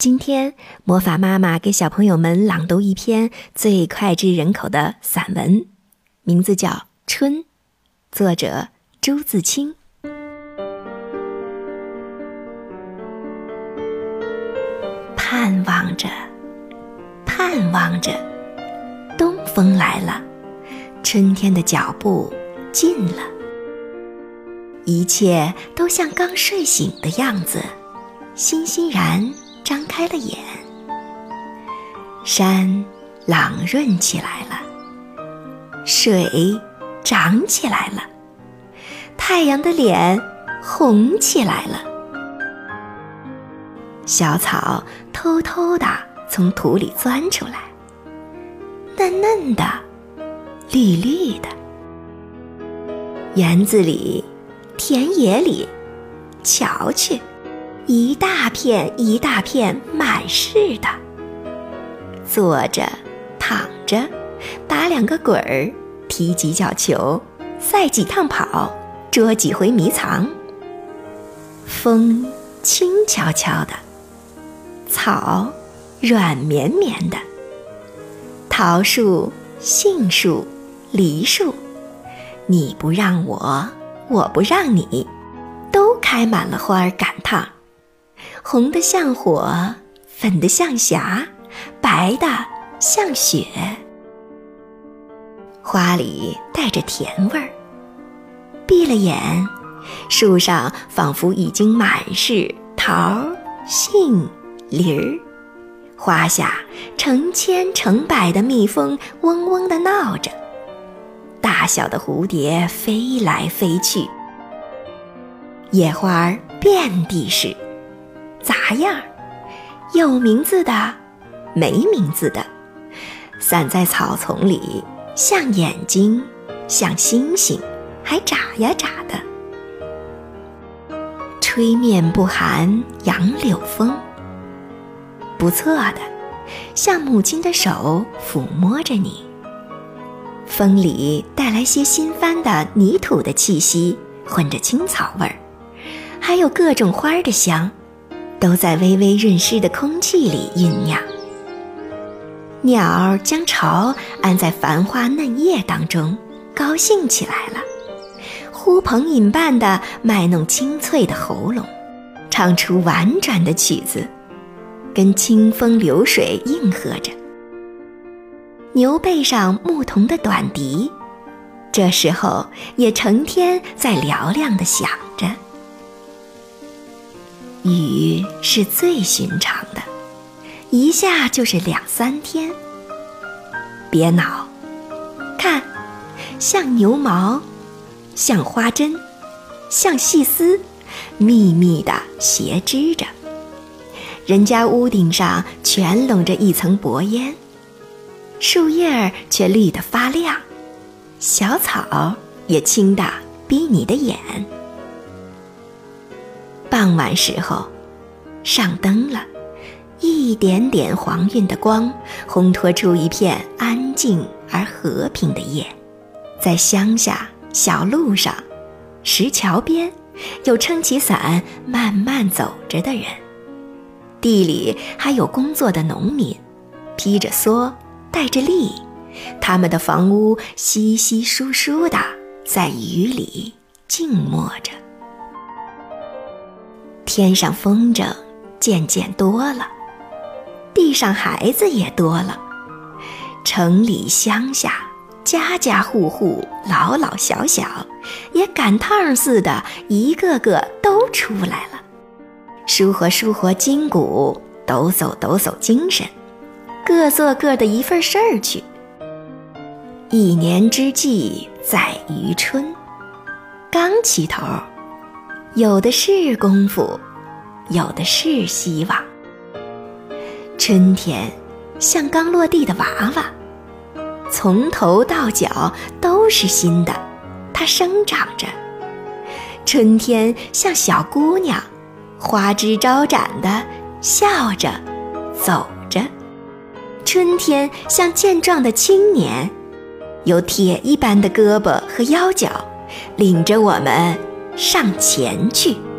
今天魔法妈妈给小朋友们朗读一篇最脍炙人口的散文，名字叫《春》，作者朱自清。盼望着，盼望着，东风来了，春天的脚步近了，一切都像刚睡醒的样子，欣欣然张开了眼。山朗润起来了，水涨起来了，太阳的脸红起来了，小草偷偷地从土里钻出来，嫩嫩的，绿绿的。园子里，田野里，瞧去，一大片一大片满是的。坐着，躺着，打2个滚儿，踢几脚球，赛几趟跑，捉几回迷藏。风轻悄悄的，草软绵绵的，桃树、杏树、梨树，你不让我，我不让你，都开满了花儿赶趟，红的像火，粉的像霞，白的像雪。花里带着甜味儿，闭了眼，树上仿佛已经满是桃、杏、梨儿，花下成千成百的蜜蜂嗡嗡地闹着，大小的蝴蝶飞来飞去，野花遍地是，杂样，有名字的，没名字的，散在草丛里，像眼睛，像星星，还眨呀眨的。吹面不寒杨柳风，不错的，像母亲的手抚摸着你。风里带来些新翻的泥土的气息，混着青草味儿，还有各种花的香，都在微微润湿的空气里酝酿。鸟将巢安在繁花嫩叶当中，高兴起来了，呼朋引伴地卖弄清脆的喉咙，唱出婉转的曲子，跟清风流水应和着。牛背上牧童的短笛，这时候也成天在嘹亮地响着。雨是最寻常的，一下就是2、3天。别恼，看，像牛毛，像花针，像细丝，密密地斜织着。人家屋顶上全笼着一层薄烟，树叶却绿得发亮，小草也青得逼你的眼。傍晚时候，上灯了，一点点黄晕的光烘托出一片安静而和平的夜。在乡下小路上，石桥边，有撑起伞慢慢走着的人，地里还有工作的农民，披着蓑，带着笠，他们的房屋稀稀疏疏的在雨里静默着。天上风筝渐渐多了，地上孩子也多了，城里乡下，家家户户，老老小小，也赶趟似的，一个个都出来了，舒活舒活筋骨，抖擞抖擞精神，各做各的一份事儿去。1年之计在于春，刚起头，有的是功夫，有的是希望。春天像刚落地的娃娃，从头到脚都是新的，它生长着。春天像小姑娘，花枝招展的笑着走着。春天像健壮的青年，有铁一般的胳膊和腰脚，领着我们上前去。